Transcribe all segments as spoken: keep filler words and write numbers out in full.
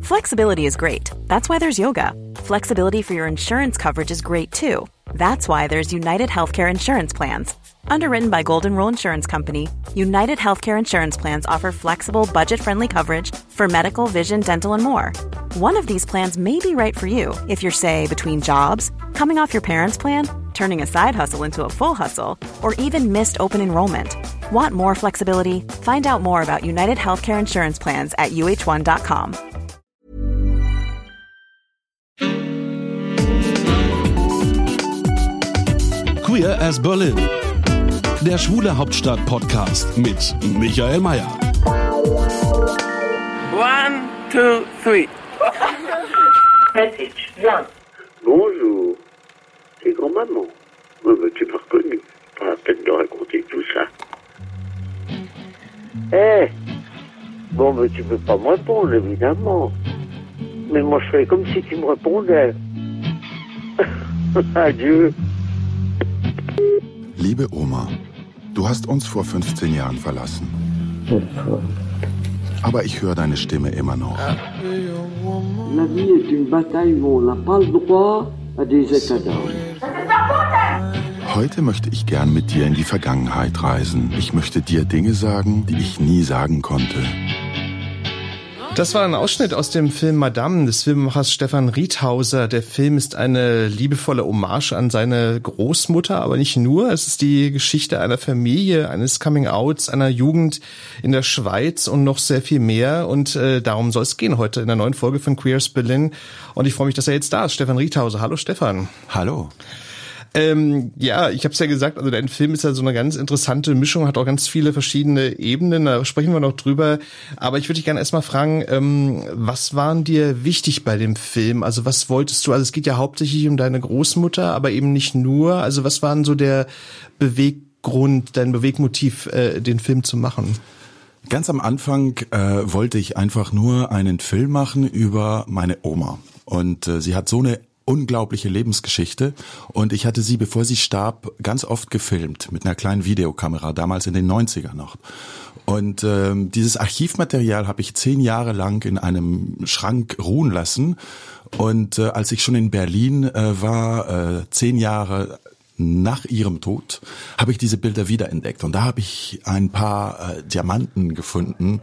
Flexibility is great. That's why there's yoga. Flexibility for your insurance coverage is great too. That's why there's United Healthcare Insurance Plans. Underwritten by Golden Rule Insurance Company, United Healthcare Insurance Plans offer flexible, budget-friendly coverage for medical, vision, dental, and more. One of these plans may be right for you if you're, say, between jobs, coming off your parents' plan, turning a side hustle into a full hustle, or even missed open enrollment. Want more flexibility? Find out more about United Healthcare Insurance Plans at U H one dot com. Queer as Berlin. Der Schwule Hauptstadt-Podcast mit Michael Mayer. One, two, three. Message one. Bonjour, c'est grand-maman. Oh, mais tu m'as reconnu. Pas la peine de raconter tout ça. Eh, bon, mais tu peux pas me répondre, évidemment. Mais moi, je ferais comme si tu me répondais. Adieu. Liebe Oma, du hast uns vor fünfzehn Jahren verlassen. Aber ich höre deine Stimme immer noch. La vie est une bataille où on n'a pas le droit à des états d'âme. Heute möchte ich gern mit dir in die Vergangenheit reisen. Ich möchte dir Dinge sagen, die ich nie sagen konnte. Das war ein Ausschnitt aus dem Film Madame des Filmemachers Stefan Riethauser. Der Film ist eine liebevolle Hommage an seine Großmutter, aber nicht nur. Es ist die Geschichte einer Familie, eines Coming-Outs, einer Jugend in der Schweiz und noch sehr viel mehr. Und äh, darum soll es gehen heute in der neuen Folge von Queer as Berlin. Und ich freue mich, dass er jetzt da ist. Stefan Riethauser. Hallo Stefan. Hallo. Ähm, ja, ich habe es ja gesagt, also dein Film ist ja so eine ganz interessante Mischung, hat auch ganz viele verschiedene Ebenen, da sprechen wir noch drüber. Aber ich würde dich gerne erstmal fragen, ähm, was waren dir wichtig bei dem Film? Also was wolltest du, also es geht ja hauptsächlich um deine Großmutter, aber eben nicht nur. Also was war denn so der Beweggrund, dein Bewegmotiv, äh, den Film zu machen? Ganz am Anfang äh, wollte ich einfach nur einen Film machen über meine Oma. Und äh, sie hat so eine unglaubliche Lebensgeschichte und ich hatte sie, bevor sie starb, ganz oft gefilmt mit einer kleinen Videokamera, damals in den neunzigern noch. Und ähm, dieses Archivmaterial habe ich zehn Jahre lang in einem Schrank ruhen lassen und äh, als ich schon in Berlin äh, war, äh, zehn Jahre nach ihrem Tod, habe ich diese Bilder wiederentdeckt und da habe ich ein paar äh, Diamanten gefunden,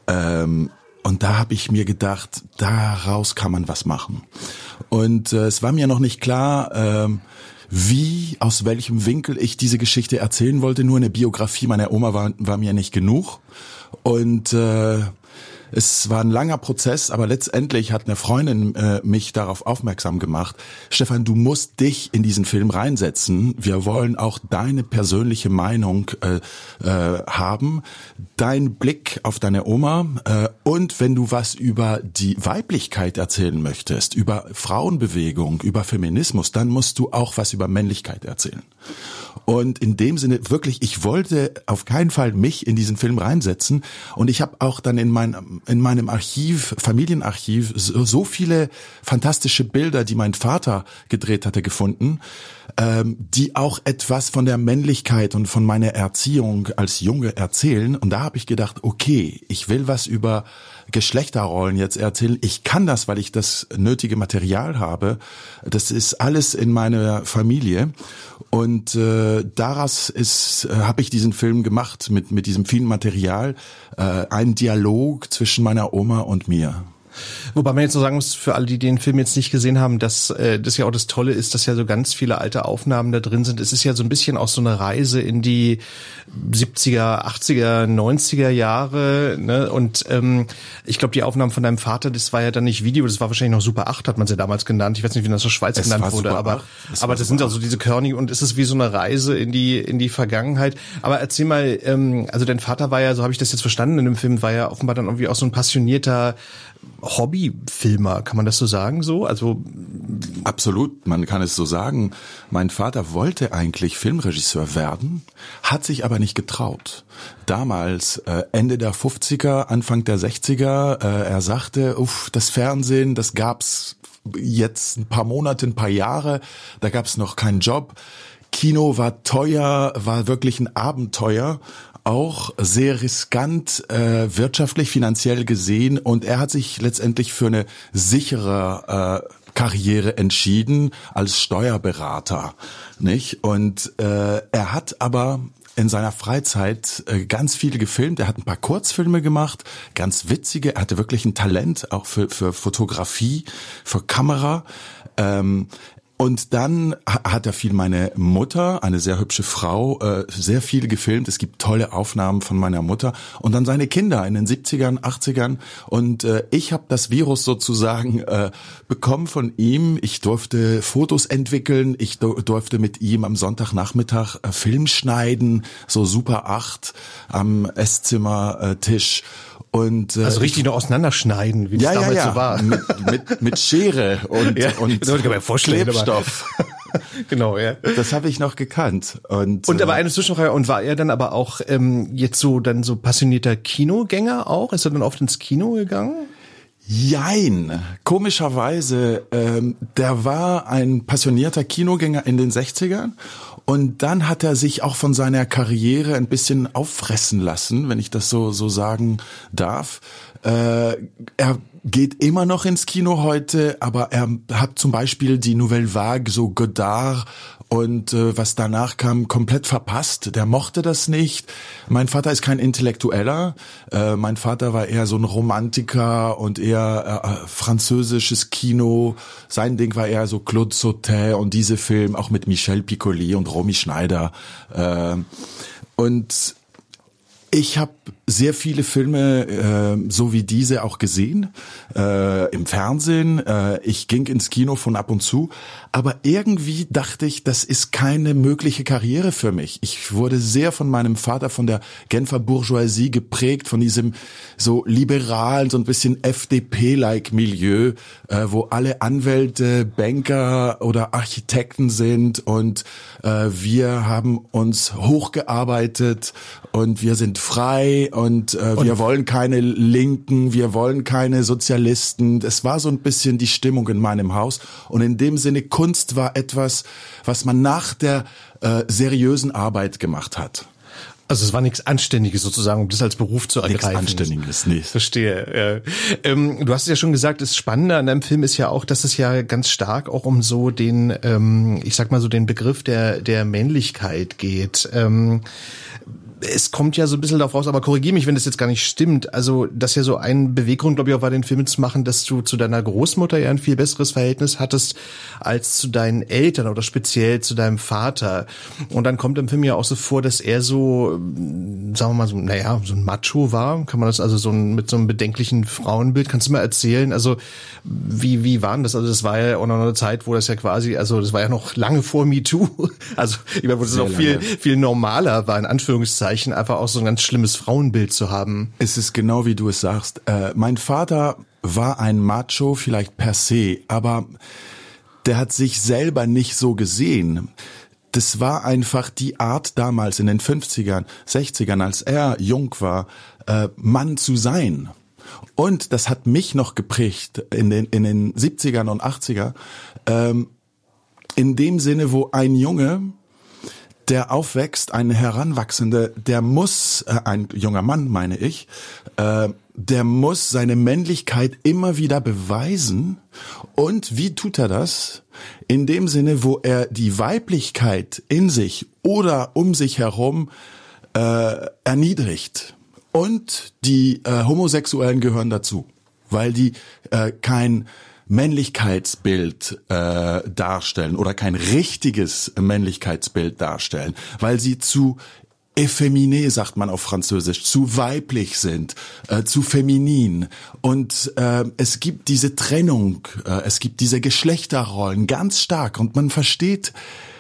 ähm, und da habe ich mir gedacht, daraus kann man was machen. Und äh, es war mir noch nicht klar, ähm, wie, aus welchem Winkel ich diese Geschichte erzählen wollte. Nur eine Biografie meiner Oma war, war mir nicht genug. Und äh, es war ein langer Prozess, aber letztendlich hat eine Freundin äh, mich darauf aufmerksam gemacht. Stefan, du musst dich in diesen Film reinsetzen. Wir wollen auch deine persönliche Meinung äh, äh, haben, dein Blick auf deine Oma äh, und wenn du was über die Weiblichkeit erzählen möchtest, über Frauenbewegung, über Feminismus, dann musst du auch was über Männlichkeit erzählen. Und in dem Sinne wirklich, ich wollte auf keinen Fall mich in diesen Film reinsetzen und ich habe auch dann in meinem in meinem Archiv, Familienarchiv, so, so viele fantastische Bilder, die mein Vater gedreht hatte, gefunden, ähm, die auch etwas von der Männlichkeit und von meiner Erziehung als Junge erzählen. Und da habe ich gedacht, okay, ich will was über Geschlechterrollen jetzt erzählen. Ich kann das, weil ich das nötige Material habe. Das ist alles in meiner Familie. Und äh, daraus ist äh, habe ich diesen Film gemacht mit mit diesem vielen Material, äh, ein Dialog zwischen meiner Oma und mir. Wobei man jetzt so sagen muss, für alle, die den Film jetzt nicht gesehen haben, dass äh, das ja auch das Tolle ist, dass ja so ganz viele alte Aufnahmen da drin sind. Es ist ja so ein bisschen auch so eine Reise in die siebziger, achtziger, neunziger Jahre, ne? Und ähm, ich glaube, die Aufnahmen von deinem Vater, das war ja dann nicht Video, das war wahrscheinlich noch Super acht, hat man es ja damals genannt. Ich weiß nicht, wie das in der Schweiz es genannt wurde, aber aber das sind also diese Körnig und es ist wie so eine Reise in die in die Vergangenheit. Aber erzähl mal, ähm, also dein Vater war ja, so habe ich das jetzt verstanden in dem Film, war ja offenbar dann irgendwie auch so ein passionierter Hobbyfilmer, kann man das so sagen, so? Also absolut, man kann es so sagen. Mein Vater wollte eigentlich Filmregisseur werden, hat sich aber nicht getraut. Damals, äh, Ende der fünfziger, Anfang der sechziger, äh, er sagte, uff, das Fernsehen, das gab's jetzt ein paar Monate, ein paar Jahre, da gab's noch keinen Job. Kino war teuer, war wirklich ein Abenteuer. auch sehr riskant äh, wirtschaftlich, finanziell gesehen, und er hat sich letztendlich für eine sichere äh, Karriere entschieden als Steuerberater, nicht? Und äh, er hat aber in seiner Freizeit äh, ganz viel gefilmt. Er hat ein paar Kurzfilme gemacht, ganz witzige. Er hatte wirklich ein Talent auch für für Fotografie, für Kamera. Ähm, Und dann hat er viel meine Mutter, eine sehr hübsche Frau, äh, sehr viel gefilmt. Es gibt tolle Aufnahmen von meiner Mutter. Und dann seine Kinder in den siebzigern, achtzigern. Und äh, ich habe das Virus sozusagen äh, bekommen von ihm. Ich durfte Fotos entwickeln. Ich do- durfte mit ihm am Sonntagnachmittag äh, Film schneiden, so Super acht am Esszimmertisch. Und, äh, also richtig noch auseinanderschneiden, wie das ja, damals ja, ja. so war. Mit, mit, mit Schere und, Ja, und das wollte ich mir vorstellen, Klebstoff. Genau, ja. Das habe ich noch gekannt. Und, Und aber äh, eine Zwischenfrage, und war er dann aber auch ähm, jetzt so dann so passionierter Kinogänger auch? Ist er dann oft ins Kino gegangen? Jein. Komischerweise, ähm, der war ein passionierter Kinogänger in den sechzigern. Und dann hat er sich auch von seiner Karriere ein bisschen auffressen lassen, wenn ich das so so sagen darf. Äh, er geht immer noch ins Kino heute, aber er hat zum Beispiel die Nouvelle Vague, so Godard und äh, was danach kam, komplett verpasst. Der mochte das nicht. Mein Vater ist kein Intellektueller. Äh, mein Vater war eher so ein Romantiker und eher äh, französisches Kino. Sein Ding war eher so Claude Sautet und diese Filme, auch mit Michel Piccoli und Romy Schneider. Äh, und ich habe sehr viele Filme äh, so wie diese auch gesehen, äh, im Fernsehen. Äh, ich ging ins Kino von ab und zu, aber irgendwie dachte ich, das ist keine mögliche Karriere für mich. Ich wurde sehr von meinem Vater, von der Genfer Bourgeoisie geprägt, von diesem so liberalen, so ein bisschen F D P-like Milieu, äh, wo alle Anwälte, Banker oder Architekten sind und äh, wir haben uns hochgearbeitet und wir sind frei und, äh, und wir wollen keine Linken, wir wollen keine Sozialisten. Das war so ein bisschen die Stimmung in meinem Haus. Und in dem Sinne, Kunst war etwas, was man nach der äh, seriösen Arbeit gemacht hat. Also es war nichts Anständiges sozusagen, um das als Beruf zu ergreifen. Nichts Anständiges, nicht. Verstehe. Ja. Ähm, du hast es ja schon gesagt, das Spannende an deinem Film ist ja auch, dass es ja ganz stark auch um so den, ähm, ich sag mal so den Begriff der der Männlichkeit geht. Ähm, es kommt ja so ein bisschen darauf raus, aber korrigier mich, wenn das jetzt gar nicht stimmt. Also, das ist ja so ein Beweggrund, glaube ich, auch war, den Film zu machen, dass du zu deiner Großmutter ja ein viel besseres Verhältnis hattest als zu deinen Eltern oder speziell zu deinem Vater. Und dann kommt im Film ja auch so vor, dass er so, sagen wir mal so, naja, so ein Macho war. Kann man das also so ein, mit so einem bedenklichen Frauenbild, kannst du mal erzählen? Also, wie, wie war denn das? Also, das war ja auch noch eine Zeit, wo das ja quasi, also, das war ja noch lange vor MeToo. Also, ich meine, wo das noch viel, viel normaler war, in Anführungszeichen, einfach auch so ein ganz schlimmes Frauenbild zu haben. Es ist genau wie du es sagst. Äh, mein Vater war ein Macho, vielleicht per se, aber der hat sich selber nicht so gesehen. Das war einfach die Art damals in den fünfzigern, sechzigern, als er jung war, äh, Mann zu sein. Und das hat mich noch geprägt in den, in den siebzigern und achtzigern, ähm, in dem Sinne, wo ein Junge, der aufwächst, ein Heranwachsende, der muss, äh, ein junger Mann meine ich, äh, der muss seine Männlichkeit immer wieder beweisen. Und wie tut er das? In dem Sinne, wo er die Weiblichkeit in sich oder um sich herum äh, erniedrigt. Und die äh, Homosexuellen gehören dazu, weil die äh, kein Männlichkeitsbild äh, darstellen oder kein richtiges Männlichkeitsbild darstellen, weil sie zu effeminé, sagt man auf Französisch, zu weiblich sind, äh, zu feminin. Und äh, es gibt diese Trennung, äh, es gibt diese Geschlechterrollen ganz stark und man versteht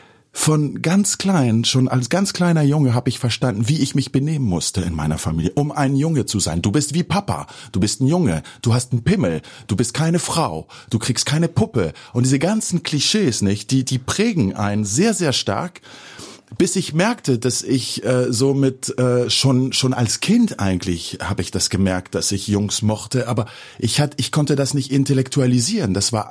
von ganz klein, schon als ganz kleiner Junge habe ich verstanden, wie ich mich benehmen musste in meiner Familie, um ein Junge zu sein. Du bist wie Papa, du bist ein Junge, du hast einen Pimmel, du bist keine Frau, du kriegst keine Puppe. Und diese ganzen Klischees, nicht, die die prägen einen sehr, sehr stark, bis ich merkte, dass ich äh, so mit äh, schon schon als Kind eigentlich habe ich das gemerkt, dass ich Jungs mochte, aber ich hat ich konnte das nicht intellektualisieren. Das war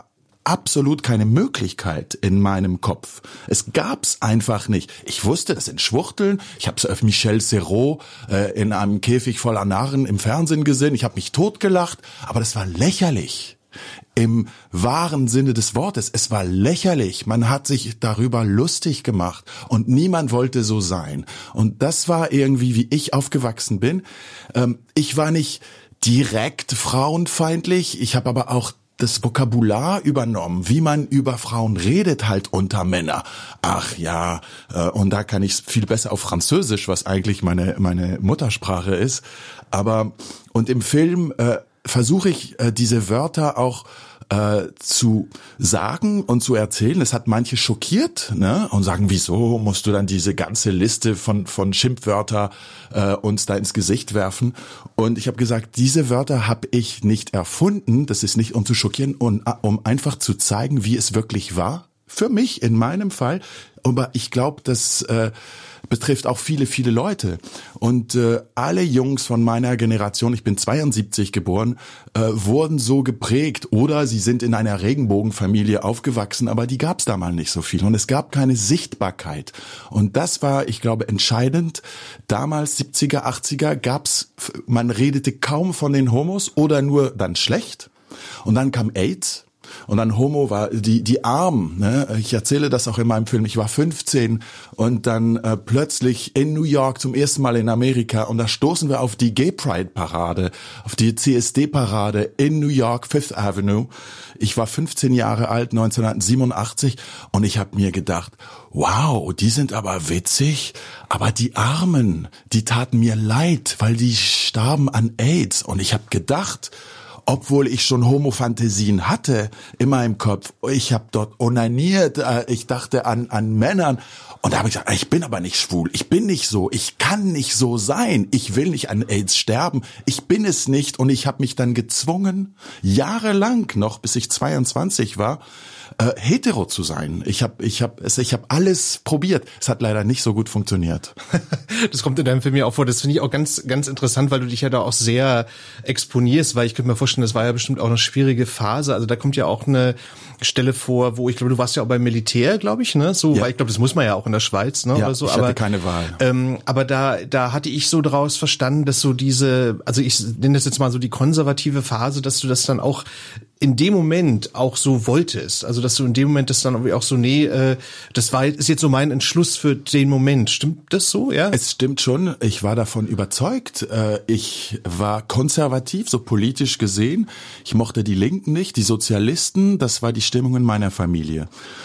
absolut keine Möglichkeit in meinem Kopf. Es gab's einfach nicht. Ich wusste, das sind Schwuchteln. Ich habe auf Michel Serrault äh, in einem Käfig voller Narren im Fernsehen gesehen. Ich habe mich totgelacht, aber das war lächerlich. Im wahren Sinne des Wortes. Es war lächerlich. Man hat sich darüber lustig gemacht und niemand wollte so sein. Und das war irgendwie, wie ich aufgewachsen bin. Ähm, ich war nicht direkt frauenfeindlich. Ich habe aber auch das Vokabular übernommen, wie man über Frauen redet halt unter Männer. Ach ja, äh, und da kann ich viel besser auf Französisch, was eigentlich meine meine Muttersprache ist. Aber und im Film äh, versuche ich äh, diese Wörter auch äh, zu sagen und zu erzählen. Es hat manche schockiert, ne, und sagen, wieso musst du dann diese ganze Liste von von Schimpfwörter äh, uns da ins Gesicht werfen? Und ich habe gesagt, diese Wörter habe ich nicht erfunden. Das ist nicht um zu schockieren, und um einfach zu zeigen, wie es wirklich war. Für mich in meinem Fall. Aber ich glaube, das äh, betrifft auch viele, viele Leute. Und äh, alle Jungs von meiner Generation, ich bin zweiundsiebzig geboren, äh, wurden so geprägt. Oder sie sind in einer Regenbogenfamilie aufgewachsen, aber die gab es da mal nicht so viel. Und es gab keine Sichtbarkeit. Und das war, ich glaube, entscheidend. Damals, siebziger, achtziger, gab's, man redete kaum von den Homos oder nur dann schlecht. Und dann kam AIDS. Und dann Homo war die die Armen, ne? Ich erzähle das auch in meinem Film. Ich war fünfzehn und dann äh, plötzlich in New York zum ersten Mal in Amerika, und da stoßen wir auf die Gay Pride Parade, auf die C S D Parade in New York, Fifth Avenue. Ich war fünfzehn Jahre alt, neunzehnhundertsiebenundachtzig, und ich habe mir gedacht, wow, die sind aber witzig, aber die Armen, die taten mir leid, weil die starben an AIDS. Und ich habe gedacht, obwohl ich schon Homo-Fantasien hatte in meinem Kopf, ich habe dort onaniert, ich dachte an an Männern, und da habe ich gesagt, ich bin aber nicht schwul, ich bin nicht so, ich kann nicht so sein, ich will nicht an AIDS sterben, ich bin es nicht. Und ich habe mich dann gezwungen, jahrelang noch, bis ich zweiundzwanzig war, äh, hetero zu sein. Ich habe ich habe es ich habe alles probiert. Es hat leider nicht so gut funktioniert. Das kommt in deinem Film ja auch vor. Das finde ich auch ganz ganz interessant, weil du dich ja da auch sehr exponierst, weil ich könnte mir vorstellen, das war ja bestimmt auch eine schwierige Phase. Also da kommt ja auch eine Stelle vor, wo ich glaube, du warst ja auch beim Militär, glaube ich, ne? So, ja. Weil ich glaube, das muss man ja auch in der Schweiz, ne? Ja, Oder so. Ich hatte aber keine Wahl. Ähm, aber da da hatte ich so daraus verstanden, dass so diese, also ich nenne das jetzt mal so die konservative Phase, dass du das dann auch in dem Moment auch so wolltest. Also dass du in dem Moment das dann auch so, nee, äh, das war ist jetzt so mein Entschluss für den Moment. Stimmt das so, ja? Es stimmt schon. Ich war davon überzeugt. Ich war konservativ, so politisch gesehen. Ich mochte die Linken nicht, die Sozialisten. Das war die Stimmung in meiner Familie.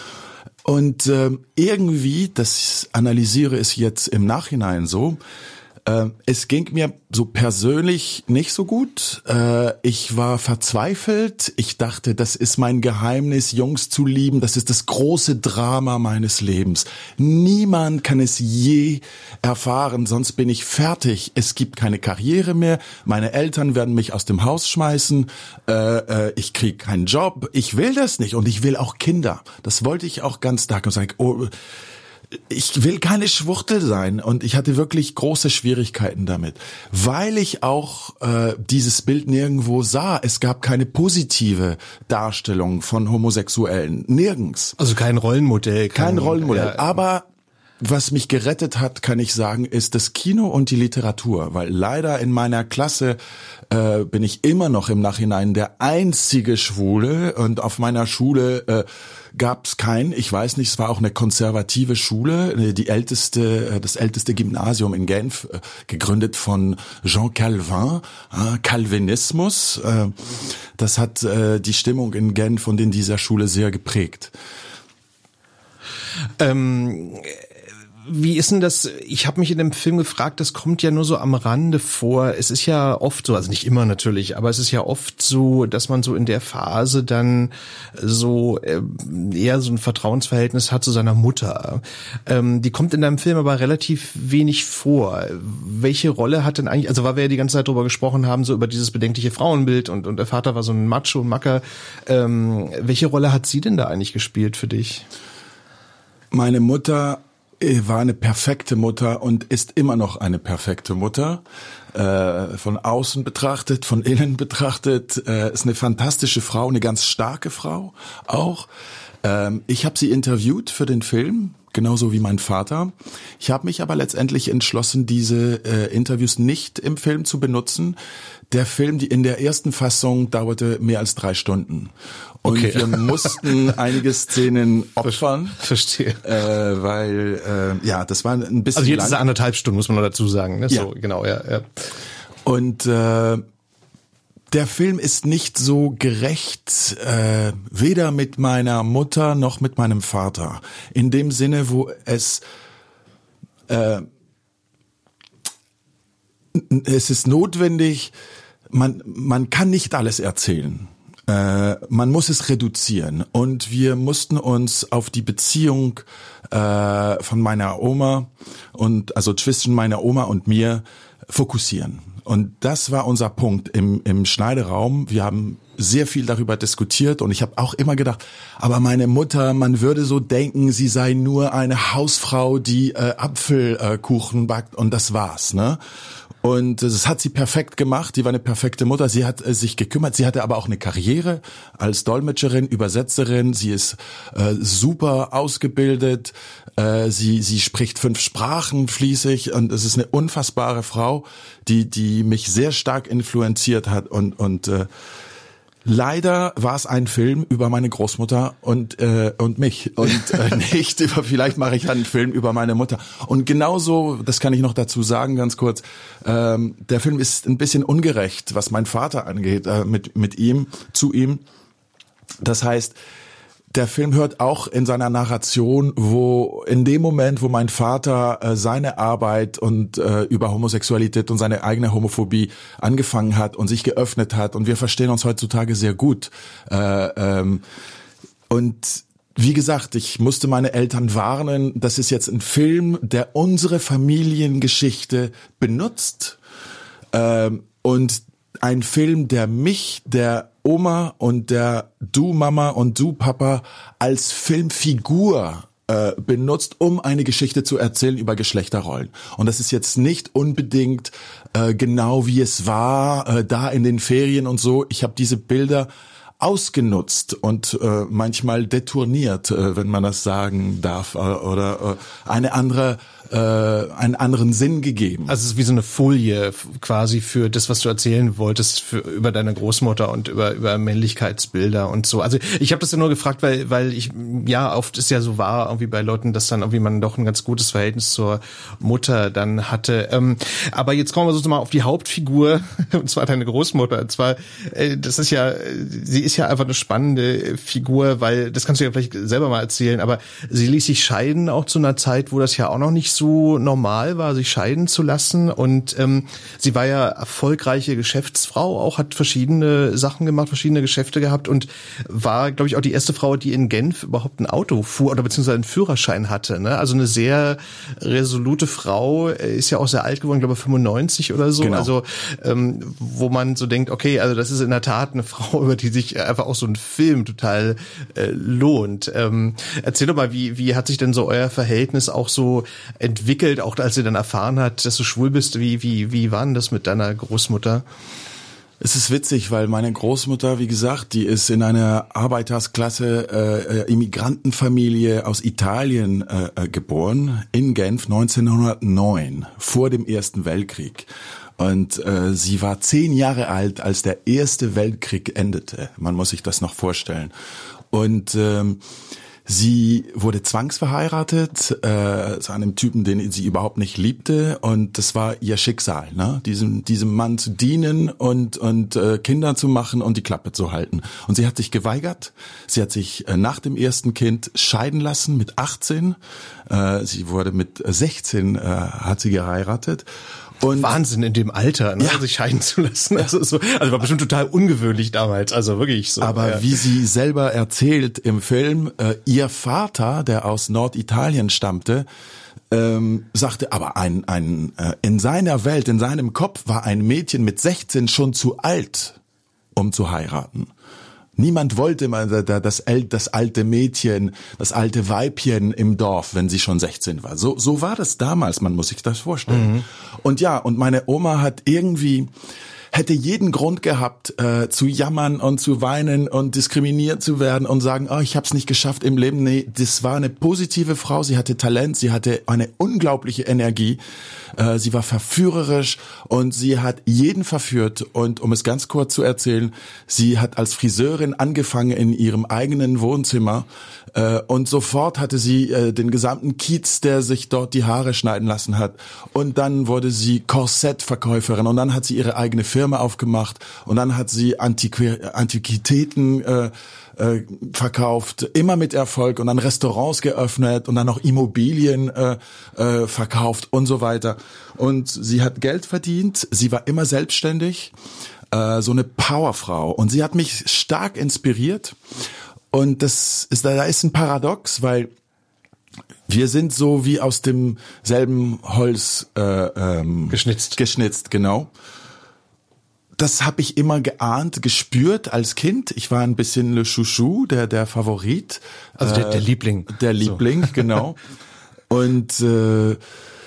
Und irgendwie, das analysiere ich jetzt im Nachhinein so, es ging mir so persönlich nicht so gut. Ich war verzweifelt. Ich dachte, das ist mein Geheimnis, Jungs zu lieben. Das ist das große Drama meines Lebens. Niemand kann es je erfahren, sonst bin ich fertig. Es gibt keine Karriere mehr. Meine Eltern werden mich aus dem Haus schmeißen. Ich kriege keinen Job. Ich will das nicht, und ich will auch Kinder. Das wollte ich auch ganz stark, und sage, oh, ich will keine Schwuchtel sein, und ich hatte wirklich große Schwierigkeiten damit, weil ich auch äh, dieses Bild nirgendwo sah. Es gab keine positive Darstellung von Homosexuellen, nirgends. Also kein Rollenmodell. Kein, kein Rollenmodell, ja. Aber was mich gerettet hat, kann ich sagen, ist das Kino und die Literatur, weil leider in meiner Klasse äh, bin ich immer noch im Nachhinein der einzige Schwule, und auf meiner Schule äh, gab es keinen. Ich weiß nicht, es war auch eine konservative Schule, die älteste, das älteste Gymnasium in Genf, äh, gegründet von Jean Calvin, äh, Calvinismus. Äh, das hat äh, die Stimmung in Genf und in dieser Schule sehr geprägt. Ähm, wie ist denn das? Ich habe mich in dem Film gefragt, das kommt ja nur so am Rande vor. Es ist ja oft so, also nicht immer natürlich, aber es ist ja oft so, dass man so in der Phase dann so äh, eher so ein Vertrauensverhältnis hat zu seiner Mutter. Ähm, die kommt in deinem Film aber relativ wenig vor. Welche Rolle hat denn eigentlich, also weil wir ja die ganze Zeit drüber gesprochen haben, so über dieses bedenkliche Frauenbild, und, und der Vater war so ein Macho, ein Macker. Ähm, welche Rolle hat sie denn da eigentlich gespielt für dich? Meine Mutter war eine perfekte Mutter und ist immer noch eine perfekte Mutter. äh, von außen betrachtet, von innen betrachtet. Äh, ist eine fantastische Frau, eine ganz starke Frau auch. Ähm, ich habe sie interviewt für den Film, genauso wie mein Vater. Ich habe mich aber letztendlich entschlossen, diese äh, Interviews nicht im Film zu benutzen. Der Film, die in der ersten Fassung dauerte mehr als drei Stunden. Und okay. wir mussten einige Szenen opfern. Verstehe. Äh, weil, äh, ja, das war ein bisschen Also jetzt lang. ist es anderthalb Stunden, muss man noch dazu sagen. Ne? Ja. So, genau, ja, ja. Und äh, der Film ist nicht so gerecht, äh, weder mit meiner Mutter noch mit meinem Vater. In dem Sinne, wo es äh, es ist notwendig, man man kann nicht alles erzählen. Äh, man muss es reduzieren. Und wir mussten uns auf die Beziehung äh, von meiner Oma und also zwischen meiner Oma und mir fokussieren. Und das war unser Punkt im, im Schneideraum. Wir haben sehr viel darüber diskutiert und ich habe auch immer gedacht, aber meine Mutter, man würde so denken, sie sei nur eine Hausfrau, die äh, Apfelkuchen backt und das war's, ne? Und das hat sie perfekt gemacht. Die war eine perfekte Mutter. Sie hat äh, sich gekümmert. Sie hatte aber auch eine Karriere als Dolmetscherin, Übersetzerin. Sie ist äh, super ausgebildet. Äh, sie sie spricht fünf Sprachen fließig und es ist eine unfassbare Frau, die die mich sehr stark influenziert hat und und äh, leider war es ein Film über meine Großmutter und äh, und mich und äh, nicht über, vielleicht mache ich einen Film über meine Mutter. Und genauso, das kann ich noch dazu sagen, ganz kurz, ähm, der Film ist ein bisschen ungerecht, was mein Vater angeht, äh, mit mit ihm, zu ihm. Das heißt, der Film hört auch in seiner Narration, wo in dem Moment, wo mein Vater äh, seine Arbeit und äh, über Homosexualität und seine eigene Homophobie angefangen hat und sich geöffnet hat, und wir verstehen uns heutzutage sehr gut. Äh, ähm, und wie gesagt, ich musste meine Eltern warnen, das ist jetzt ein Film, der unsere Familiengeschichte benutzt, äh, und ein Film, der mich, der Oma und der Du Mama und Du Papa als Filmfigur äh, benutzt, um eine Geschichte zu erzählen über Geschlechterrollen. Und das ist jetzt nicht unbedingt äh, genau wie es war, äh, da in den Ferien und so. Ich habe diese Bilder ausgenutzt und äh, manchmal detourniert, äh, wenn man das sagen darf, äh, oder äh, eine andere äh, einen anderen Sinn gegeben. Also es ist wie so eine Folie quasi für das, was du erzählen wolltest, für, über deine Großmutter und über über Männlichkeitsbilder und so. Also ich habe das ja nur gefragt, weil weil ich, ja, oft ist ja so wahr irgendwie bei Leuten, dass dann irgendwie man doch ein ganz gutes Verhältnis zur Mutter dann hatte. Ähm, aber jetzt kommen wir so mal auf die Hauptfigur, und zwar deine Großmutter. Und zwar, äh, das ist ja, sie ist ja einfach eine spannende Figur, weil, das kannst du ja vielleicht selber mal erzählen, aber sie ließ sich scheiden auch zu einer Zeit, wo das ja auch noch nicht so normal war, sich scheiden zu lassen, und ähm, sie war ja erfolgreiche Geschäftsfrau, auch hat verschiedene Sachen gemacht, verschiedene Geschäfte gehabt und war, glaube ich, auch die erste Frau, die in Genf überhaupt ein Auto fuhr oder beziehungsweise einen Führerschein hatte, ne? Also eine sehr resolute Frau, ist ja auch sehr alt geworden, glaube ich fünfundneunzig oder so, genau. Also ähm, wo man so denkt, okay, also das ist in der Tat eine Frau, über die sich einfach auch so ein Film total äh, lohnt. Ähm, erzähl doch mal, wie wie hat sich denn so euer Verhältnis auch so entwickelt, auch als sie dann erfahren hat, dass du schwul bist? Wie wie wie war denn das mit deiner Großmutter? Es ist witzig, weil meine Großmutter, wie gesagt, die ist in einer Arbeitersklasse äh, Immigrantenfamilie aus Italien äh, geboren, in Genf neunzehnhundertneun, vor dem Ersten Weltkrieg. Und äh, sie war zehn Jahre alt, als der Erste Weltkrieg endete. Man muss sich das noch vorstellen. Und ähm, sie wurde zwangsverheiratet äh, zu einem Typen, den sie überhaupt nicht liebte, und das war ihr Schicksal, ne? Diesem diesem Mann zu dienen und und äh, Kinder zu machen und die Klappe zu halten. Und sie hat sich geweigert. Sie hat sich äh, nach dem ersten Kind scheiden lassen mit achtzehn. Äh, sie wurde mit sechzehn äh, hat sie geheiratet. Und Wahnsinn in dem Alter, ne, ja. sich scheiden zu lassen. Also, so, also war bestimmt total ungewöhnlich damals, also wirklich so. Aber ja. wie sie selber erzählt im Film, äh, ihr Vater, der aus Norditalien stammte, ähm, sagte, aber ein ein äh, in seiner Welt, in seinem Kopf war ein Mädchen mit sechzehn schon zu alt, um zu heiraten. Niemand wollte mal das, das alte Mädchen, das alte Weibchen im Dorf, wenn sie schon sechzehn war. So, so war das damals, man muss sich das vorstellen. Mhm. Und ja, und meine Oma hat irgendwie, hätte jeden Grund gehabt, äh, zu jammern und zu weinen und diskriminiert zu werden und sagen, oh, ich hab's nicht geschafft im Leben. Nee, das war eine positive Frau, sie hatte Talent, sie hatte eine unglaubliche Energie, äh, sie war verführerisch und sie hat jeden verführt. Und um es ganz kurz zu erzählen, sie hat als Friseurin angefangen in ihrem eigenen Wohnzimmer äh, und sofort hatte sie äh, den gesamten Kiez, der sich dort die Haare schneiden lassen hat. Und dann wurde sie Korsettverkäuferin und dann hat sie ihre eigene Firma aufgemacht und dann hat sie Antiqu- Antiquitäten äh, äh, verkauft, immer mit Erfolg und dann Restaurants geöffnet und dann noch Immobilien äh, äh, verkauft und so weiter. Und sie hat Geld verdient, sie war immer selbstständig, äh, so eine Powerfrau und sie hat mich stark inspiriert und das ist, da ist ein Paradox, weil wir sind so wie aus demselben Holz äh, ähm, geschnitzt. Geschnitzt, genau. Das habe ich immer geahnt, gespürt als Kind. Ich war ein bisschen le Chouchou, der der Favorit. Also der, der Liebling. Der Liebling, so. Genau. Und äh,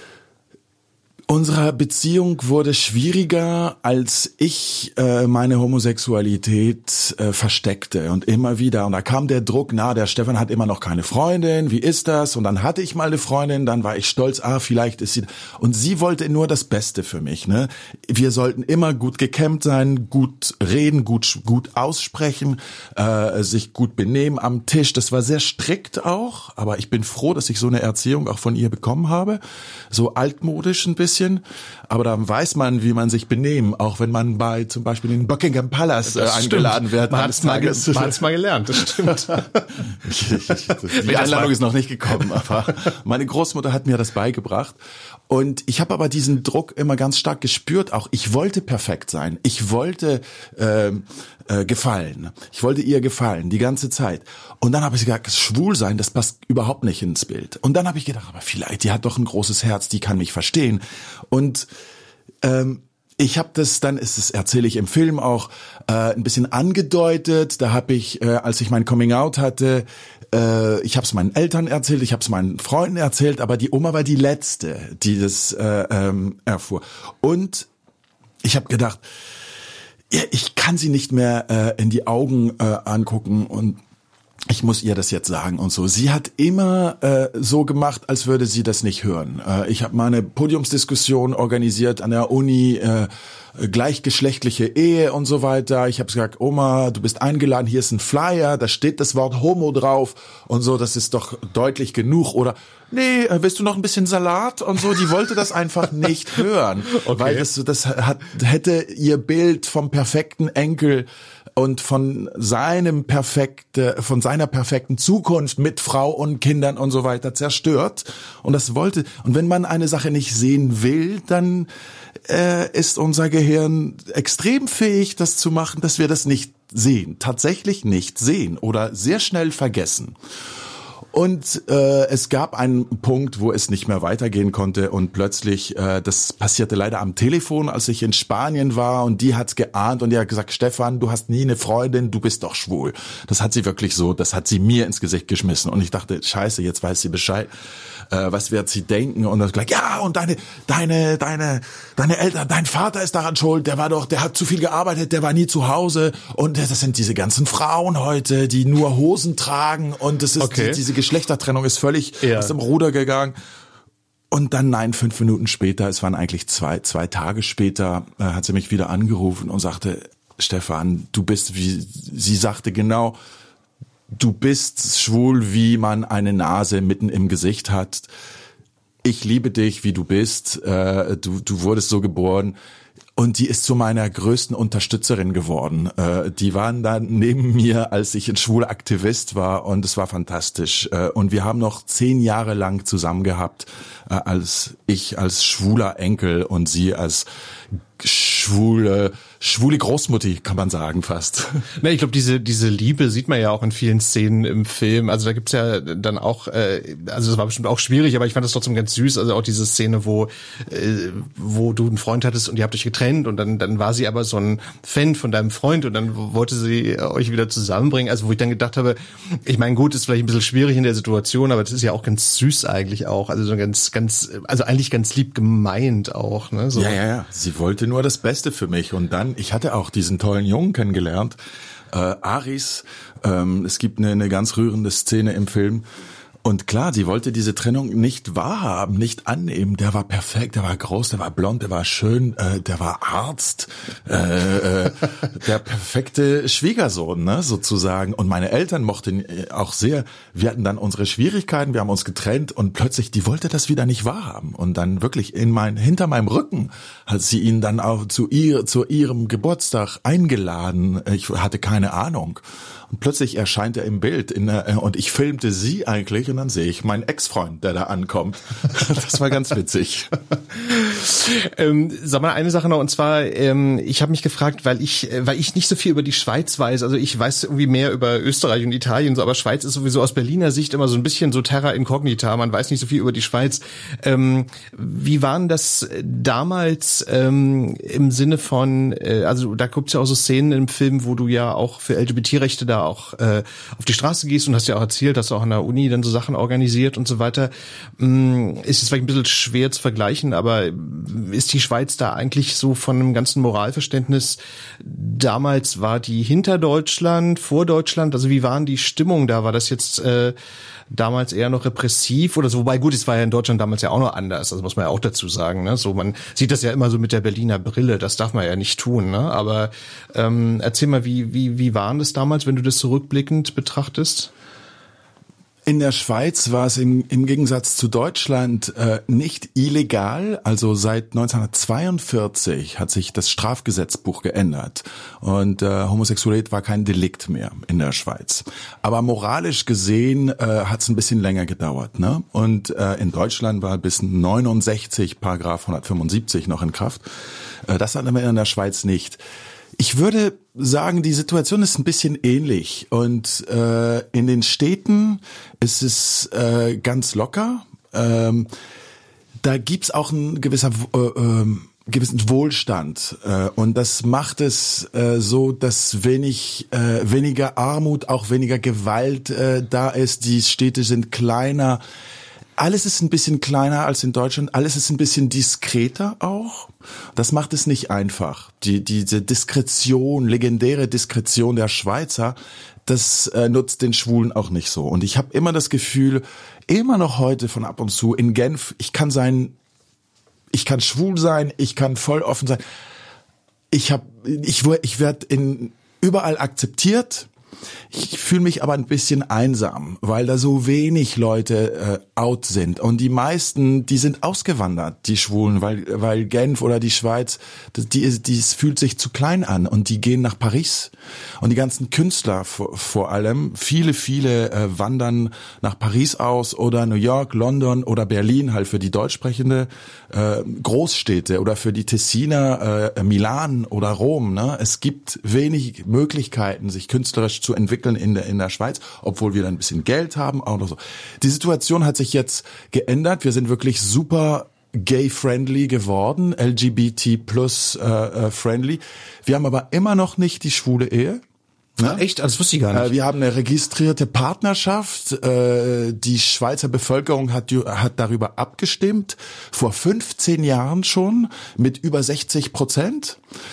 unsere Beziehung wurde schwieriger, als ich äh, meine Homosexualität äh, versteckte und immer wieder. Und da kam der Druck, na, der Stefan hat immer noch keine Freundin, wie ist das? Und dann hatte ich mal eine Freundin, dann war ich stolz, ah, vielleicht ist sie... Und sie wollte nur das Beste für mich, ne? Wir sollten immer gut gekämmt sein, gut reden, gut gut aussprechen, äh, sich gut benehmen am Tisch. Das war sehr strikt auch, aber ich bin froh, dass ich so eine Erziehung auch von ihr bekommen habe. So altmodisch ein bisschen. Aber dann weiß man, wie man sich benehmen, auch wenn man bei zum Beispiel in den Buckingham Palace äh, eingeladen wird. Man hat es mal, mal gelernt, das stimmt. Die Einladung ist noch nicht gekommen, aber meine Großmutter hat mir das beigebracht. Und ich habe aber diesen Druck immer ganz stark gespürt. Auch ich wollte perfekt sein. Ich wollte äh, äh, gefallen. Ich wollte ihr gefallen, die ganze Zeit. Und dann habe ich gesagt, schwul sein, das passt überhaupt nicht ins Bild. Und dann habe ich gedacht, aber vielleicht, die hat doch ein großes Herz, die kann mich verstehen. Und ähm, ich habe das dann, ist es erzähle ich im Film auch, äh, ein bisschen angedeutet. Da habe ich, äh, als ich mein Coming-out hatte, äh, ich habe es meinen Eltern erzählt, ich habe es meinen Freunden erzählt, aber die Oma war die Letzte, die das äh, ähm, erfuhr. Und ich habe gedacht, ja, ich kann sie nicht mehr äh, in die Augen äh, angucken und ich muss ihr das jetzt sagen und so. Sie hat immer äh, so gemacht, als würde sie das nicht hören. Äh, ich habe mal eine Podiumsdiskussion organisiert an der Uni, äh, gleichgeschlechtliche Ehe und so weiter. Ich habe gesagt, Oma, du bist eingeladen, hier ist ein Flyer, da steht das Wort Homo drauf und so, das ist doch deutlich genug. Oder, nee, willst du noch ein bisschen Salat und so? Die wollte das einfach nicht hören, okay. Weil das, das hat, hätte ihr Bild vom perfekten Enkel und von seinem perfekte, von seiner perfekten Zukunft mit Frau und Kindern und so weiter zerstört. Und das wollte, und wenn man eine Sache nicht sehen will, dann äh, ist unser Gehirn extrem fähig, das zu machen, dass wir das nicht sehen, tatsächlich nicht sehen oder sehr schnell vergessen. Und äh, es gab einen Punkt, wo es nicht mehr weitergehen konnte und plötzlich, äh, das passierte leider am Telefon, als ich in Spanien war und die hat's geahnt und die hat gesagt, Stefan, du hast nie eine Freundin, du bist doch schwul. Das hat sie wirklich so, das hat sie mir ins Gesicht geschmissen und ich dachte, scheiße, jetzt weiß sie Bescheid. Äh, was wird sie denken? Und dann gleich, ja, und deine, deine, deine, deine Eltern, dein Vater ist daran schuld, der war doch, der hat zu viel gearbeitet, der war nie zu Hause und das sind diese ganzen Frauen heute, die nur Hosen tragen und das ist, okay. die, diese Geschlechtertrennung ist völlig ja. aus dem Ruder gegangen. Und dann, nein, fünf Minuten später, es waren eigentlich zwei, zwei Tage später, äh, hat sie mich wieder angerufen und sagte, Stefan, du bist, wie, sie sagte genau, du bist schwul, wie man eine Nase mitten im Gesicht hat. Ich liebe dich, wie du bist. Äh, du, du wurdest so geboren. Und die ist zu meiner größten Unterstützerin geworden. Äh, die waren dann neben mir, als ich ein schwuler Aktivist war. Und es war fantastisch. Äh, und wir haben noch zehn Jahre lang zusammen gehabt, äh, als ich als schwuler Enkel und sie als schwule schwule Großmutti, kann man sagen fast. Na, ich glaube, diese diese Liebe sieht man ja auch in vielen Szenen im Film. Also da gibt's ja dann auch, äh, also das war bestimmt auch schwierig, aber ich fand das trotzdem ganz süß. Also auch diese Szene, wo äh, wo du einen Freund hattest und ihr habt euch getrennt und dann dann war sie aber so ein Fan von deinem Freund und dann wollte sie euch wieder zusammenbringen. Also wo ich dann gedacht habe, ich meine, gut, ist vielleicht ein bisschen schwierig in der Situation, aber das ist ja auch ganz süß eigentlich auch. Also so ganz ganz, also eigentlich ganz lieb gemeint auch. Ne? So. Ja, ja, ja. Sie wollte nur das Beste für mich und dann, ich hatte auch diesen tollen Jungen kennengelernt, äh, Aris. Ähm, es gibt eine, eine ganz rührende Szene im Film. Und klar, sie wollte diese Trennung nicht wahrhaben, nicht annehmen. Der war perfekt, der war groß, der war blond, der war schön, äh, der war Arzt, äh, äh, der perfekte Schwiegersohn, ne, sozusagen. Und meine Eltern mochten auch sehr. Wir hatten dann unsere Schwierigkeiten, wir haben uns getrennt und plötzlich, die wollte das wieder nicht wahrhaben. Und dann wirklich in mein, hinter meinem Rücken hat sie ihn dann auch zu ihr, zu ihrem Geburtstag eingeladen. Ich hatte keine Ahnung. Und plötzlich erscheint er im Bild in der, und ich filmte sie eigentlich und dann sehe ich meinen Ex-Freund, der da ankommt. Das war ganz witzig. ähm, sag mal eine Sache noch, und zwar, ähm, ich habe mich gefragt, weil ich weil ich nicht so viel über die Schweiz weiß, also ich weiß irgendwie mehr über Österreich und Italien, so, aber Schweiz ist sowieso aus Berliner Sicht immer so ein bisschen so terra incognita, man weiß nicht so viel über die Schweiz. Ähm, wie waren das damals ähm, im Sinne von, äh, also da gibt's ja auch so Szenen im Film, wo du ja auch für L G B T-Rechte da auch äh, auf die Straße gehst und hast ja auch erzählt, dass du auch an der Uni dann so Sachen organisiert und so weiter. Ähm, ist es vielleicht ein bisschen schwer zu vergleichen, aber ist die Schweiz da eigentlich so von einem ganzen Moralverständnis, damals war die hinter Deutschland, vor Deutschland, also wie waren die Stimmungen da? War das jetzt äh, damals eher noch repressiv oder so? Wobei gut, es war ja in Deutschland damals ja auch noch anders, also muss man ja auch dazu sagen, ne? So, man sieht das ja immer so mit der Berliner Brille, das darf man ja nicht tun, ne? Aber ähm, erzähl mal, wie wie wie waren das damals, wenn du das zurückblickend betrachtest? In der Schweiz war es im, im Gegensatz zu Deutschland äh, nicht illegal. Also seit neunzehnhundertzweiundvierzig hat sich das Strafgesetzbuch geändert und äh, Homosexualität war kein Delikt mehr in der Schweiz. Aber moralisch gesehen äh, hat es ein bisschen länger gedauert, ne? Und äh, in Deutschland war bis neunundsechzig Paragraph hundertfünfundsiebzig noch in Kraft. Äh, das hatten wir in der Schweiz nicht. Ich würde sagen, die Situation ist ein bisschen ähnlich und äh, in den Städten ist es äh, ganz locker. Ähm, da gibt's auch ein gewisser äh, äh, gewissen Wohlstand äh, und das macht es äh, so, dass wenig äh, weniger Armut, auch weniger Gewalt äh, da ist. Die Städte sind kleiner. Alles ist ein bisschen kleiner als in Deutschland, alles ist ein bisschen diskreter auch. Das macht es nicht einfach. Die, diese Diskretion, legendäre Diskretion der Schweizer, das äh, nutzt den Schwulen auch nicht so. Und ich habe immer das Gefühl, immer noch heute von ab und zu in Genf, ich kann sein, ich kann schwul sein, ich kann voll offen sein. Ich hab, ich, ich werde in überall akzeptiert. Ich fühle mich aber ein bisschen einsam, weil da so wenig Leute äh, out sind und die meisten, die sind ausgewandert, die Schwulen, weil weil Genf oder die Schweiz, die die es fühlt sich zu klein an und die gehen nach Paris und die ganzen Künstler vor, vor allem, viele viele äh, wandern nach Paris aus oder New York, London oder Berlin halt für die deutschsprechende äh, Großstädte oder für die Tessiner äh, Milan oder Rom, ne? Es gibt wenig Möglichkeiten, sich künstlerisch zu entwickeln in der in der Schweiz, obwohl wir dann ein bisschen Geld haben, auch noch so. Die Situation hat sich jetzt geändert. Wir sind wirklich super gay-friendly geworden, L G B T plus äh, friendly. Wir haben aber immer noch nicht die schwule Ehe. Ne? Echt? Das wusste ich gar nicht. Wir haben eine registrierte Partnerschaft. Die Schweizer Bevölkerung hat, hat darüber abgestimmt, vor fünfzehn Jahren schon, mit über sechzig Prozent.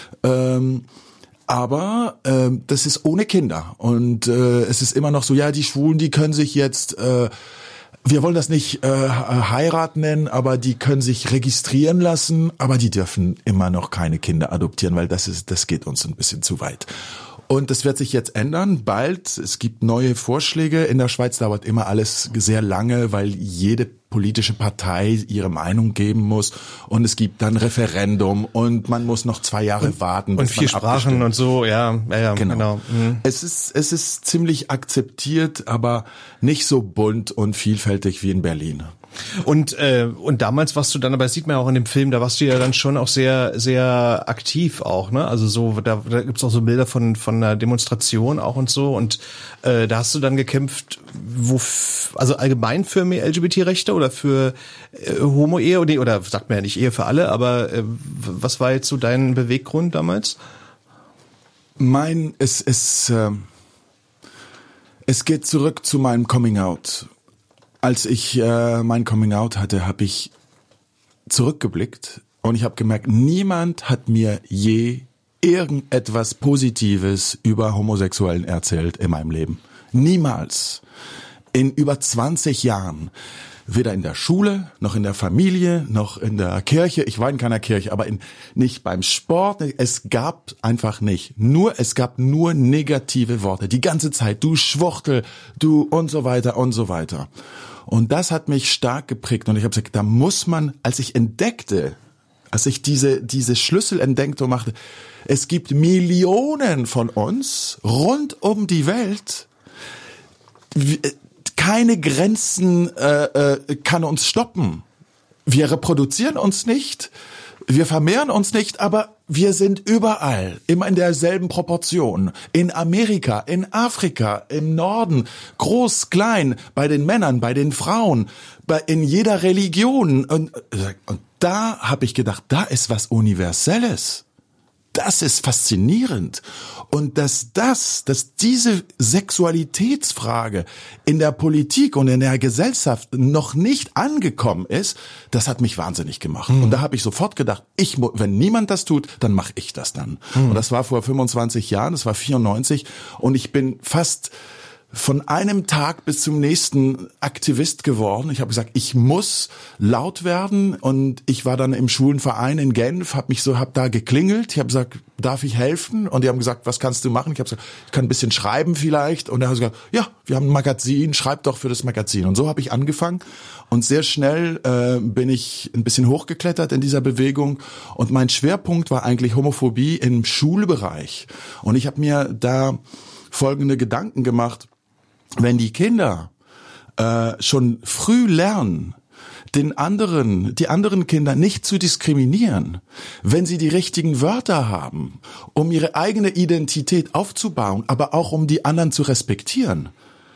Aber äh, das ist ohne Kinder und äh, es ist immer noch so, ja, die Schwulen, die können sich jetzt, äh, wir wollen das nicht äh, Heirat nennen, aber die können sich registrieren lassen, aber die dürfen immer noch keine Kinder adoptieren, weil das ist, das geht uns ein bisschen zu weit. Und das wird sich jetzt ändern, bald. Es gibt neue Vorschläge. In der Schweiz dauert immer alles sehr lange, weil jede politische Partei ihre Meinung geben muss. Und es gibt dann Referendum und man muss noch zwei Jahre und, warten. Und vier Sprachen und so, ja. ja, ja genau. genau. Mhm. Es ist, es ist ziemlich akzeptiert, aber nicht so bunt und vielfältig wie in Berlin. Und äh, und damals warst du dann, aber das sieht man ja auch in dem Film, da warst du ja dann schon auch sehr sehr aktiv auch, ne? Also so, da, da gibt's auch so Bilder von von einer Demonstration auch und so. Und äh, da hast du dann gekämpft, wo, also allgemein für mehr L G B T-Rechte oder für äh, Homo-Ehe oder, oder sagt man ja nicht Ehe für alle, aber äh, was war jetzt so dein Beweggrund damals? Mein, es es äh, es geht zurück zu meinem Coming Out. Als ich äh, mein Coming Out hatte, habe ich zurückgeblickt und ich habe gemerkt, niemand hat mir je irgendetwas Positives über Homosexuellen erzählt in meinem Leben. Niemals. In über zwanzig Jahren. Weder in der Schule, noch in der Familie, noch in der Kirche. Ich war in keiner Kirche, aber in, nicht beim Sport. Es gab einfach nicht. Nur, es gab nur negative Worte. Die ganze Zeit. Du Schwuchtel, du und so weiter und so weiter. Und das hat mich stark geprägt. Und ich habe gesagt, da muss man, als ich entdeckte, als ich diese, diese Schlüssel entdeckte und machte, es gibt Millionen von uns rund um die Welt. Keine Grenzen äh, äh, kann uns stoppen. Wir reproduzieren uns nicht, wir vermehren uns nicht, aber wir sind überall, immer in derselben Proportion. In Amerika, in Afrika, im Norden, groß, klein, bei den Männern, bei den Frauen, bei, in jeder Religion. Und, und da habe ich gedacht, da ist was Universelles. Das ist faszinierend. Und dass das, dass diese Sexualitätsfrage in der Politik und in der Gesellschaft noch nicht angekommen ist, das hat mich wahnsinnig gemacht. Mhm. Und da habe ich sofort gedacht, ich, wenn niemand das tut, dann mache ich das dann. Mhm. Und das war vor fünfundzwanzig Jahren, das war vierundneunzig. Und ich bin fast von einem Tag bis zum nächsten Aktivist geworden. Ich habe gesagt, ich muss laut werden, und ich war dann im Schulenverein in Genf, habe mich so, habe da geklingelt. Ich habe gesagt, darf ich helfen? Und die haben gesagt, was kannst du machen? Ich habe gesagt, ich kann ein bisschen schreiben vielleicht. Und er hat gesagt, ja, wir haben ein Magazin, schreib doch für das Magazin. Und so habe ich angefangen. Und sehr schnell äh, bin ich ein bisschen hochgeklettert in dieser Bewegung. Und mein Schwerpunkt war eigentlich Homophobie im Schulbereich. Und ich habe mir da folgende Gedanken gemacht. Wenn die Kinder äh, schon früh lernen, den anderen, die anderen Kinder nicht zu diskriminieren, wenn sie die richtigen Wörter haben, um ihre eigene Identität aufzubauen, aber auch um die anderen zu respektieren,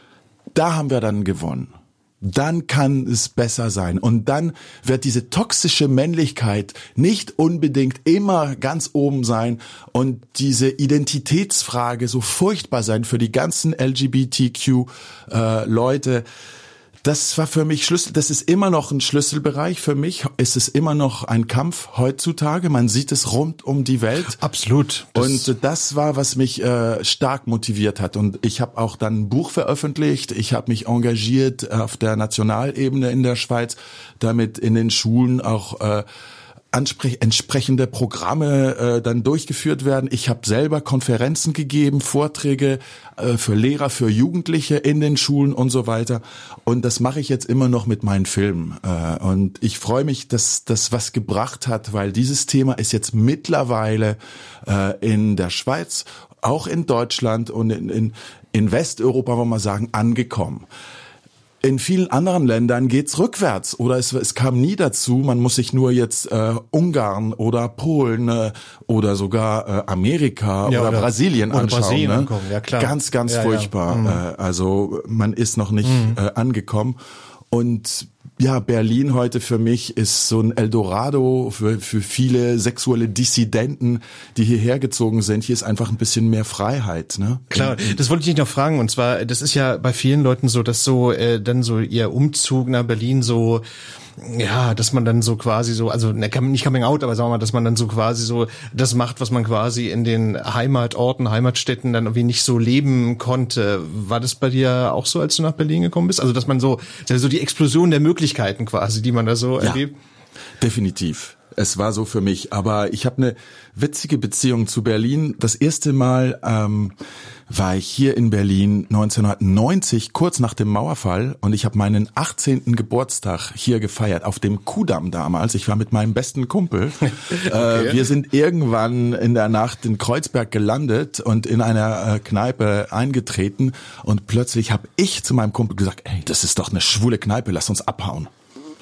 da haben wir dann gewonnen. Dann kann es besser sein. Und dann wird diese toxische Männlichkeit nicht unbedingt immer ganz oben sein und diese Identitätsfrage so furchtbar sein für die ganzen L G B T Q-Leute. Das war für mich Schlüssel. Das ist immer noch ein Schlüsselbereich für mich. Es ist immer noch ein Kampf heutzutage. Man sieht es rund um die Welt. Absolut. Das und das war, was mich äh, stark motiviert hat. Und ich habe auch dann ein Buch veröffentlicht. Ich habe mich engagiert auf der Nationalebene in der Schweiz, damit in den Schulen auch äh, Ansprech- entsprechende Programme äh, dann durchgeführt werden. Ich habe selber Konferenzen gegeben, Vorträge äh, für Lehrer, für Jugendliche in den Schulen und so weiter. Und das mache ich jetzt immer noch mit meinen Filmen. Äh, und ich freue mich, dass das was gebracht hat, weil dieses Thema ist jetzt mittlerweile äh, in der Schweiz, auch in Deutschland und in, in, in Westeuropa, wollen wir sagen, angekommen. In vielen anderen Ländern geht's rückwärts oder es, es kam nie dazu. Man muss sich nur jetzt äh, Ungarn oder Polen äh, oder sogar äh, Amerika ja, oder, oder Brasilien oder anschauen. Brasilien ne? ankommen. Ja, klar. Ganz, ganz ja, furchtbar. Ja. Mhm. Äh, also man ist noch nicht mhm. äh, angekommen. Und ja, Berlin heute für mich ist so ein Eldorado für, für viele sexuelle Dissidenten, die hierher gezogen sind. Hier ist einfach ein bisschen mehr Freiheit, ne? Klar, das wollte ich dich noch fragen. Und zwar, das ist ja bei vielen Leuten so, dass so äh, dann so ihr Umzug nach Berlin so, ja, dass man dann so quasi so, also ne, nicht Coming Out, aber sagen wir mal, dass man dann so quasi so das macht, was man quasi in den Heimatorten, Heimatstädten dann irgendwie nicht so leben konnte. War das bei dir auch so, als du nach Berlin gekommen bist? Also dass man so, so die Explosion der Möglichkeiten quasi, die man da so ja, erlebt? Definitiv. Es war so für mich, aber ich habe eine witzige Beziehung zu Berlin. Das erste Mal ähm, war ich hier in Berlin neunzehnhundertneunzig, kurz nach dem Mauerfall, und ich habe meinen achtzehnten Geburtstag hier gefeiert, auf dem Kudamm damals. Ich war mit meinem besten Kumpel. Okay. Äh, wir sind irgendwann in der Nacht in Kreuzberg gelandet und in einer äh, Kneipe eingetreten, und plötzlich habe ich zu meinem Kumpel gesagt, ey, das ist doch eine schwule Kneipe, lass uns abhauen.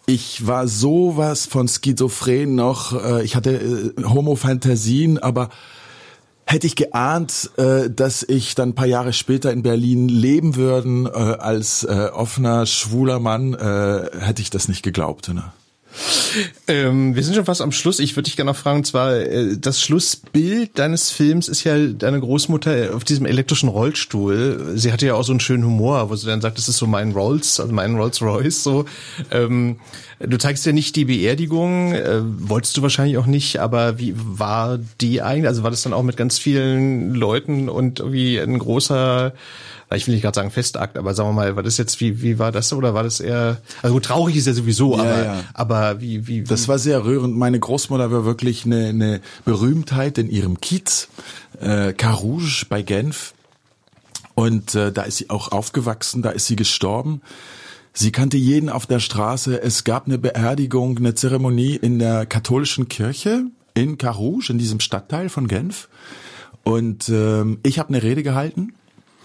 Ich war sowas von schizophren noch. Ich hatte Homo-Fantasien, aber hätte ich geahnt, dass ich dann ein paar Jahre später in Berlin leben würden als offener, schwuler Mann, hätte ich das nicht geglaubt. Ne? Ähm, wir sind schon fast am Schluss. Ich würde dich gerne noch fragen, und zwar äh, das Schlussbild deines Films ist ja deine Großmutter auf diesem elektrischen Rollstuhl. Sie hatte ja auch so einen schönen Humor, wo sie dann sagt, das ist so mein Rolls, also mein Rolls Royce. So, ähm, du zeigst ja nicht die Beerdigung, äh, wolltest du wahrscheinlich auch nicht. Aber wie war die eigentlich? Also war das dann auch mit ganz vielen Leuten und irgendwie ein großer, ich will nicht gerade sagen Festakt, aber sagen wir mal, war das jetzt, wie wie war das, oder war das eher, also gut, traurig ist ja sowieso, ja, aber ja. aber wie, wie wie Das war sehr rührend. Meine Großmutter war wirklich eine, eine Berühmtheit in ihrem Kiez, äh, Carouge bei Genf, und äh, da ist sie auch aufgewachsen, da ist sie gestorben. Sie kannte jeden auf der Straße. Es gab eine Beerdigung, eine Zeremonie in der katholischen Kirche in Carouge, in diesem Stadtteil von Genf, und ähm, ich habe eine Rede gehalten.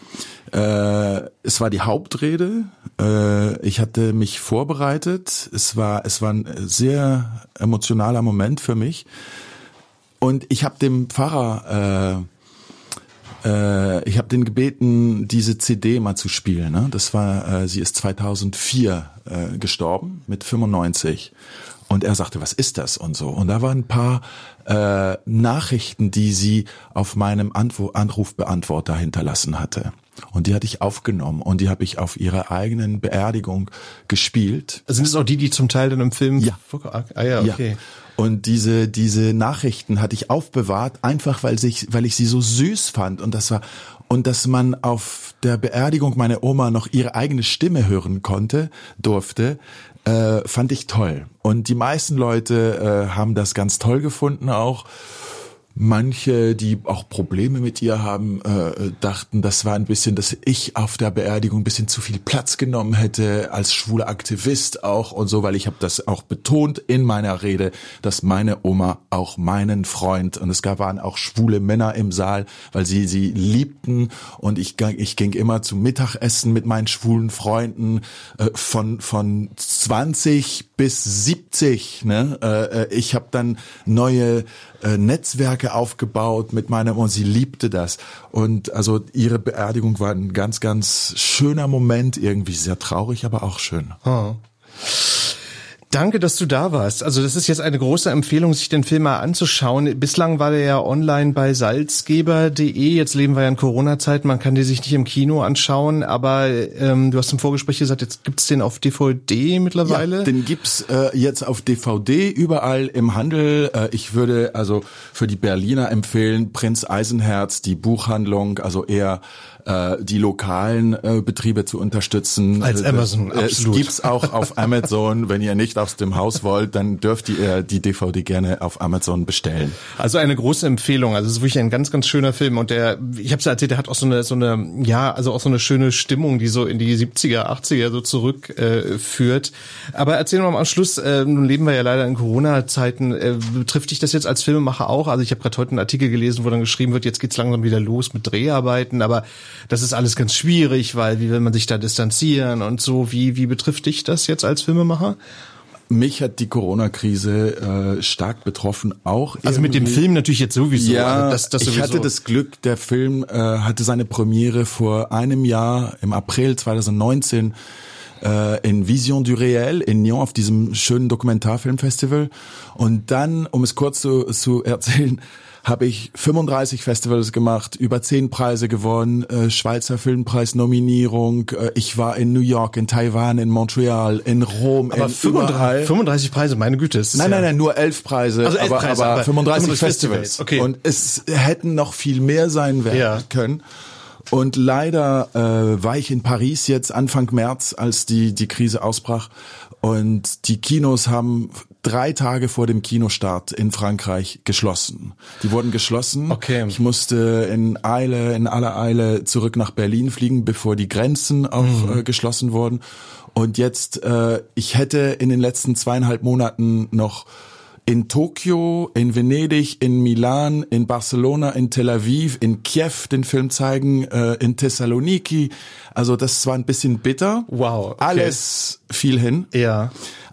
Äh, es war die Hauptrede. Äh, ich hatte mich vorbereitet. Es war, es war ein sehr emotionaler Moment für mich. Und ich habe dem Pfarrer, äh, äh, ich habe den gebeten, diese C D mal zu spielen. Ne? Das war, äh, sie ist zweitausendvier äh, gestorben mit fünfundneunzig. Und er sagte, was ist das und so. Und da waren ein paar äh, Nachrichten, die sie auf meinem Anru- Anrufbeantworter hinterlassen hatte. Und die hatte ich aufgenommen und die habe ich auf ihrer eigenen Beerdigung gespielt. Sind es auch die, die zum Teil dann im Film? Ja. Ah ja, okay. Ja. Und diese diese Nachrichten hatte ich aufbewahrt, einfach weil ich weil ich sie so süß fand, und das war und dass man auf der Beerdigung meiner Oma noch ihre eigene Stimme hören konnte, durfte, äh, fand ich toll. Und die meisten Leute äh, haben das ganz toll gefunden auch. Manche, die auch Probleme mit ihr haben, äh, dachten, das war ein bisschen, dass ich auf der Beerdigung ein bisschen zu viel Platz genommen hätte, als schwuler Aktivist auch und so, weil ich habe das auch betont in meiner Rede, dass meine Oma auch meinen Freund, und es gab waren auch schwule Männer im Saal, weil sie sie liebten, und ich ich ging immer zum Mittagessen mit meinen schwulen Freunden, äh, von von zwanzig bis siebzig, ne? Äh, ich habe dann neue äh, Netzwerke aufgebaut mit meiner, und sie liebte das. Und also ihre Beerdigung war ein ganz, ganz schöner Moment, irgendwie sehr traurig, aber auch schön. Oh. Danke, dass du da warst. Also das ist jetzt eine große Empfehlung, sich den Film mal anzuschauen. Bislang war der ja online bei salzgeber punkt de. Jetzt leben wir ja in Corona-Zeiten, man kann den sich nicht im Kino anschauen, aber ähm, du hast im Vorgespräch gesagt, jetzt gibt's den auf D V D mittlerweile. Ja, den gibt's äh, jetzt auf D V D überall im Handel. Äh, ich würde also für die Berliner empfehlen, Prinz Eisenherz, die Buchhandlung, also eher äh, die lokalen äh, Betriebe zu unterstützen. Als Amazon, äh, absolut. Es gibt's auch auf Amazon. Wenn ihr nicht aus dem Haus wollt, dann dürft ihr die D V D gerne auf Amazon bestellen. Also eine große Empfehlung. Also es ist wirklich ein ganz, ganz schöner Film. Und der, ich habe es ja erzählt, der hat auch so eine, so eine, ja, also auch so eine schöne Stimmung, die so in die siebziger, achtziger so zurück äh, führt. Aber erzähl mal am Schluss, äh, nun leben wir ja leider in Corona-Zeiten. Äh, betrifft dich das jetzt als Filmemacher auch? Also ich habe gerade heute einen Artikel gelesen, wo dann geschrieben wird, jetzt geht's langsam wieder los mit Dreharbeiten, aber das ist alles ganz schwierig, weil wie will man sich da distanzieren und so. Wie, wie betrifft dich das jetzt als Filmemacher? Mich hat die Corona-Krise äh, stark betroffen, auch also mit dem Film natürlich jetzt sowieso. Ja, also das, das ich sowieso. hatte das Glück, der Film äh, hatte seine Premiere vor einem Jahr, im April zweitausendneunzehn, äh, in Vision du Réel in Nyon auf diesem schönen Dokumentarfilmfestival. Und dann, um es kurz zu, zu erzählen, habe ich fünfunddreißig Festivals gemacht, über zehn Preise gewonnen, äh, Schweizer Filmpreis-Nominierung. Äh, ich war in New York, in Taiwan, in Montreal, in Rom, aber in fünfunddreißig, überall. fünfunddreißig Preise, meine Güte. Das ist nein, ja nein, nein, nur elf Preise, also elf aber, Preise, aber, aber fünfunddreißig Festivals. Festivals. Okay. Und es hätten noch viel mehr sein werden ja. können. Und leider äh, war ich in Paris jetzt Anfang März, als die die Krise ausbrach. Und die Kinos haben drei Tage vor dem Kinostart in Frankreich geschlossen. Die wurden geschlossen. Okay. Ich musste in Eile, in aller Eile zurück nach Berlin fliegen, bevor die Grenzen auch mhm. äh, geschlossen wurden. Und jetzt, äh, ich hätte in den letzten zweieinhalb Monaten noch in Tokio, in Venedig, in Milan, in Barcelona, in Tel Aviv, in Kiew den Film zeigen, äh, in Thessaloniki. Also das war ein bisschen bitter. Wow. Okay. Alles fiel hin. Ja.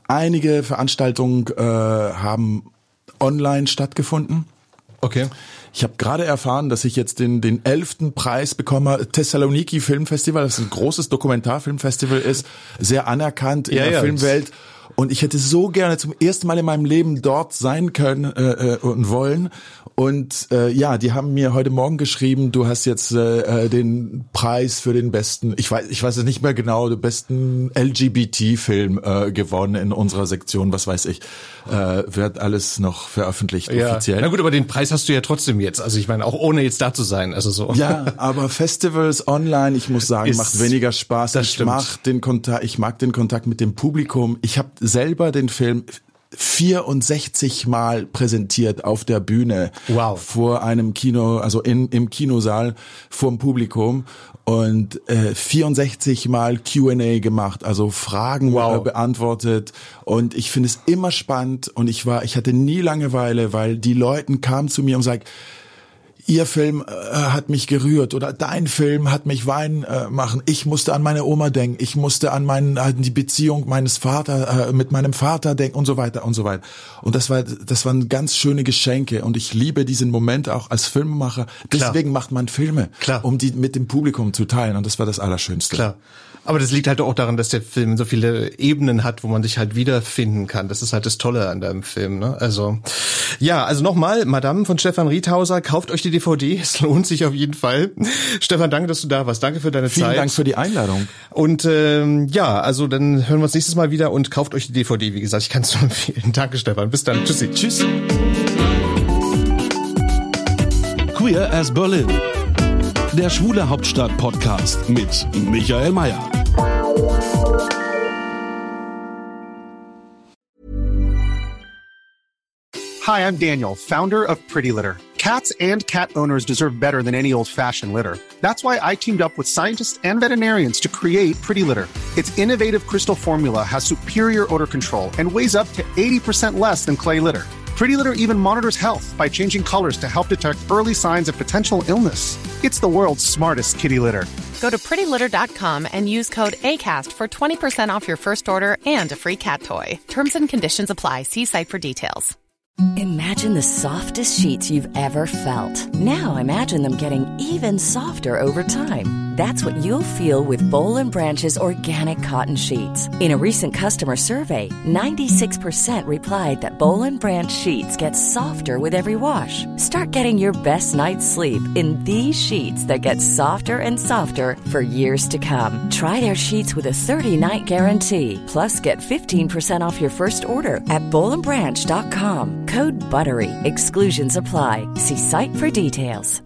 Einige Veranstaltungen äh, haben online stattgefunden. Okay. Ich habe gerade erfahren, dass ich jetzt den den elften Preis bekomme. Thessaloniki Filmfestival, das ein großes Dokumentarfilmfestival ist, sehr anerkannt in ja, der ja, Filmwelt. Und ich hätte so gerne zum ersten Mal in meinem Leben dort sein können äh, und wollen. Und äh, ja, die haben mir heute Morgen geschrieben, du hast jetzt äh, den Preis für den besten, ich weiß, ich weiß es nicht mehr genau, den besten L G B T-Film äh, gewonnen in unserer Sektion, was weiß ich. Äh, wird alles noch veröffentlicht ja. offiziell. Na gut, aber den Preis hast du ja trotzdem jetzt. Also ich meine, auch ohne jetzt da zu sein. Also so. Ja, aber Festivals online, ich muss sagen, Ist, macht weniger Spaß. Das ich stimmt. mag den Kontakt, ich mag den Kontakt mit dem Publikum. Ich habe selber den Film vierundsechzig Mal präsentiert auf der Bühne. Wow. Vor einem Kino, also in, im Kinosaal vor dem Publikum und äh, vierundsechzig Mal Q and A gemacht, also Fragen wow. äh, beantwortet und ich finde es immer spannend und ich war, ich hatte nie Langeweile, weil die Leute kamen zu mir und sagten, Ihr Film äh, hat mich gerührt oder dein Film hat mich weinen äh, machen. Ich musste an meine Oma denken. Ich musste an meinen an die Beziehung meines Vaters äh, mit meinem Vater denken und so weiter und so weiter. Und das war das waren ganz schöne Geschenke und ich liebe diesen Moment auch als Filmemacher. Deswegen Klar. macht man Filme, Klar. um die mit dem Publikum zu teilen und das war das Allerschönste. Klar. Aber das liegt halt auch daran, dass der Film so viele Ebenen hat, wo man sich halt wiederfinden kann. Das ist halt das Tolle an deinem Film, ne? Also, ja, also nochmal, Madame von Stefan Riethauser, kauft euch die D V D, es lohnt sich auf jeden Fall. Stefan, danke, dass du da warst. Danke für deine Vielen Zeit. Vielen Dank für die Einladung. Und ähm, ja, also dann hören wir uns nächstes Mal wieder und kauft euch die D V D, wie gesagt, ich kann es nur empfehlen. Danke, Stefan. Bis dann. Tschüssi. Tschüss. Queer as Berlin. Der Schwule Hauptstadt Podcast mit Michael Mayer. Hi, I'm Daniel, founder of Pretty Litter. Cats and cat owners deserve better than any old-fashioned litter. That's why I teamed up with scientists and veterinarians to create Pretty Litter. Its innovative crystal formula has superior odor control and weighs up to eighty percent less than clay litter. Pretty Litter even monitors health by changing colors to help detect early signs of potential illness. It's the world's smartest kitty litter. Go to pretty litter dot com and use code ACAST for twenty percent off your first order and a free cat toy. Terms and conditions apply. See site for details. Imagine the softest sheets you've ever felt. Now imagine them getting even softer over time. That's what you'll feel with Boll and Branch's organic cotton sheets. In a recent customer survey, ninety-six percent replied that Boll and Branch sheets get softer with every wash. Start getting your best night's sleep in these sheets that get softer and softer for years to come. Try their sheets with a thirty-night guarantee. Plus, get fifteen percent off your first order at boll and branch dot com. Code BUTTERY. Exclusions apply. See site for details.